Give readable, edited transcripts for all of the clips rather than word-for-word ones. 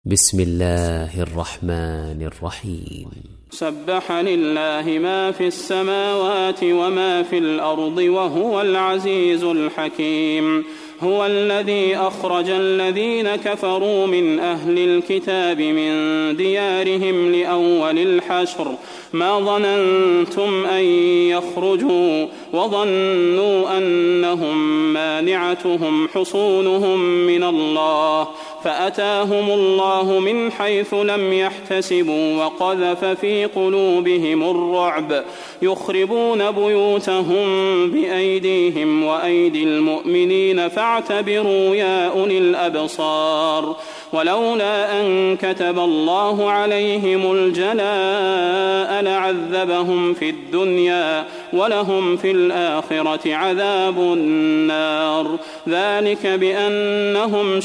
بسم الله الرحمن الرحيم. سبح لله ما في السماوات وما في الأرض وهو العزيز الحكيم. هو الذي أخرج الذين كفروا من أهل الكتاب من ديارهم لأول الحشر ما ظننتم أن يخرجوا وظنوا أنهم مانعتهم حصونهم من الله فأتاهم الله من حيث لم يحتسبوا وقذف في قلوبهم الرعب يخربون بيوتهم بأيديهم وأيدي المؤمنين فاعتبروا يا أولي الأبصار. ولولا أن كتب الله عليهم الجلاء لعذبهم في الدنيا ولهم في الآخرة عذاب النار. ذلك بأنهم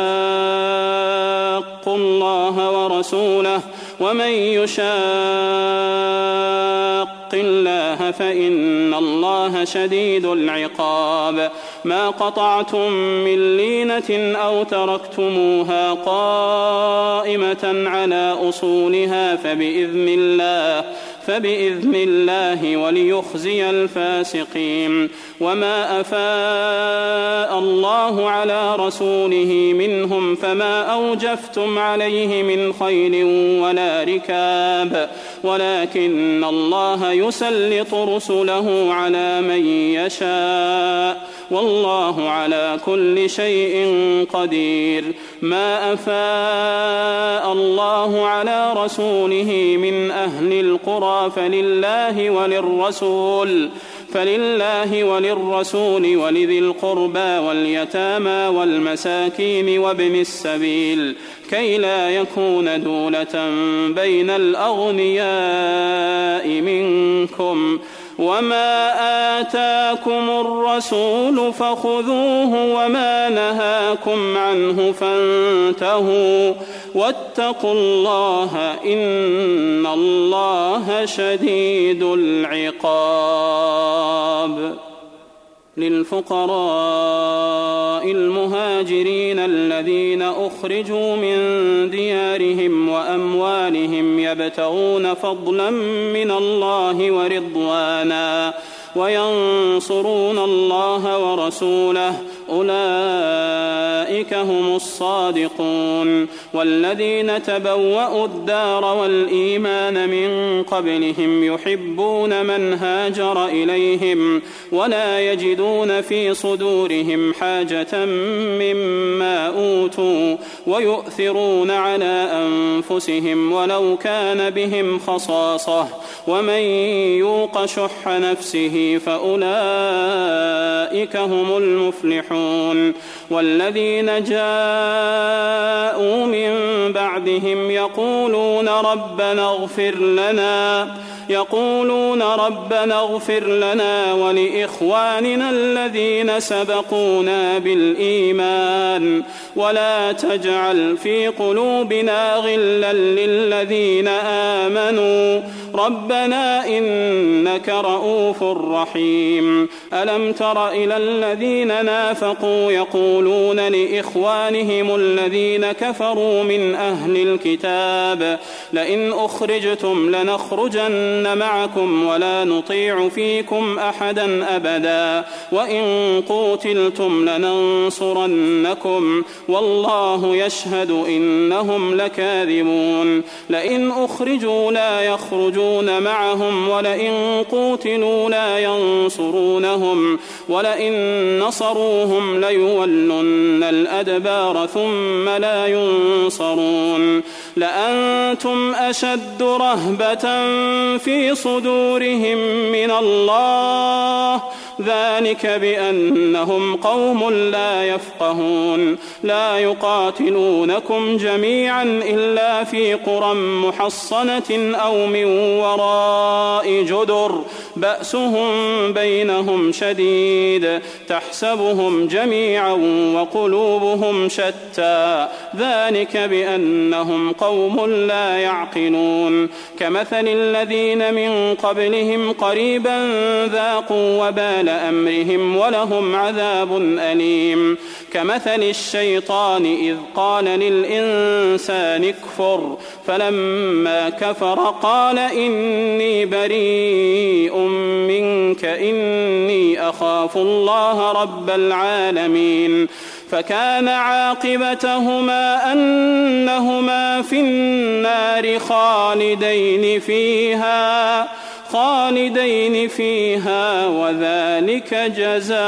شاقوا الله ورسوله ومن يشاق الله فإن الله شديد العقاب. ما قطعتم من لينة أو تركتموها قائمة على أصولها فبإذن الله وليخزي الفاسقين. وما أفاء الله على رسوله منهم فما أوجفتم عليه من خيل ولا ركاب ولكن الله يسلط رسله على من يشاء والله على كل شيء قدير. ما أفاء الله على رسوله من أهل القرى فلله وللرسول ولذي القربى واليتامى والمساكين وابن السبيل كي لا يكون دولة بين الأغنياء منكم. وما آتاكم الرسول فخذوه وما نهاكم عنه فانتهوا واتقوا الله إن الله شديد العقاب. للفقراء المهاجرين الذين أخرجوا من ديارهم وأموالهم يبتغون فضلا من الله ورضوانا وينصرون الله ورسوله أولئك هم الصادقون. والذين تبوأوا الدار والإيمان من قبلهم يحبون من هاجر إليهم ولا يجدون في صدورهم حاجة مما أوتوا ويؤثرون على أنفسهم ولو كان بهم خصاصة ومن يوق شح نفسه فأولئك هم المفلحون. والذين جاءوا من بعدهم يقولون ربنا اغفر لنا ولإخواننا الذين سبقونا بالإيمان ولا تجعل في قلوبنا غلا للذين آمنوا ربنا إنك رؤوف رحيم. ألم تر إلى الذين نافقوا يقولون لإخوانهم الذين كفروا من أهل الكتاب لئن أخرجتم لنخرجن معكم ولا نطيع فيكم أحدا أبدا وإن قوتلتم لننصرنكم والله يشهد إنهم لكاذبون. لئن أخرجوا لا يخرجون معهم ولئن قوتلوا لا ينصرونهم ولئن نصروهم ليولن الأدبار ثم لا ينصرون. لأنتم أشد رهبة في صدورهم من الله ذلك بأنهم قوم لا يفقهون. لا يقاتلونكم جميعا إلا في قرى محصنة أو من وراء جدر بأسهم بينهم شديد تحسبهم جميعا وقلوبهم شتى ذلك بأنهم قوم لا يعقلون. كمثل الذين من قبلهم قريبا ذاقوا وبال تأويل أمرهم ولهم عذاب أليم. كمثل الشيطان إذ قال للإنسان اكفر فلما كفر قال إني بريء منك إني أخاف الله رب العالمين. فكان عاقبتهما أنهما في النار خالدين فيها وذلك جزاء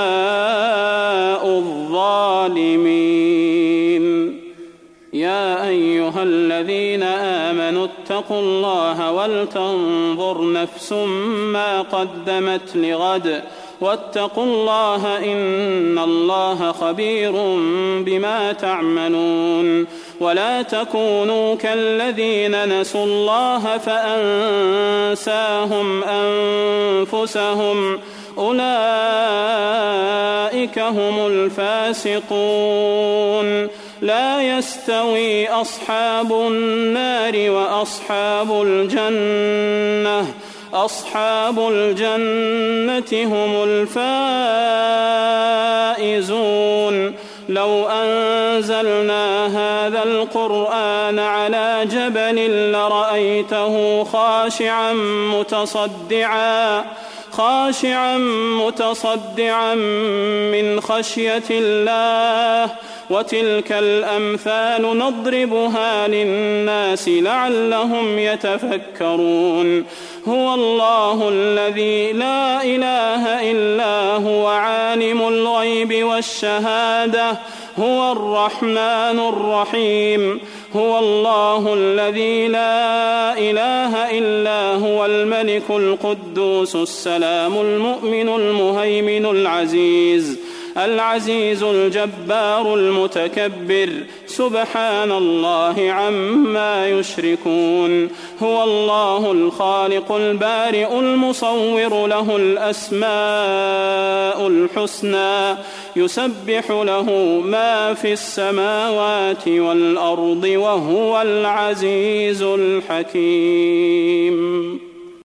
الظالمين. يا أيها الذين آمنوا اتقوا الله ولتنظر نفس ما قدمت لغد واتقوا الله إن الله خبير بما تعملون. ولا تكونوا كالذين نسوا الله فأنساهم أنفسهم أولئك هم الفاسقون. لا يستوي أصحاب النار وأصحاب الجنة هم الفائزون. لو أنزلنا هذا القرآن على جبل لرأيته خاشعا متصدعا من خشية الله. وتلك الأمثال نضربها للناس لعلهم يتفكرون. هو الله الذي لا إله إلا هو عالم الغيب والشهادة هو الرحمن الرحيم. هو الله الذي لا إله إلا هو الملك القدوس السلام المؤمن المهيمن العزيز الجبار المتكبر سبحان الله عما يشركون. هو الله الخالق البارئ المصور له الأسماء الحسنى يسبح له ما في السماوات والأرض وهو العزيز الحكيم.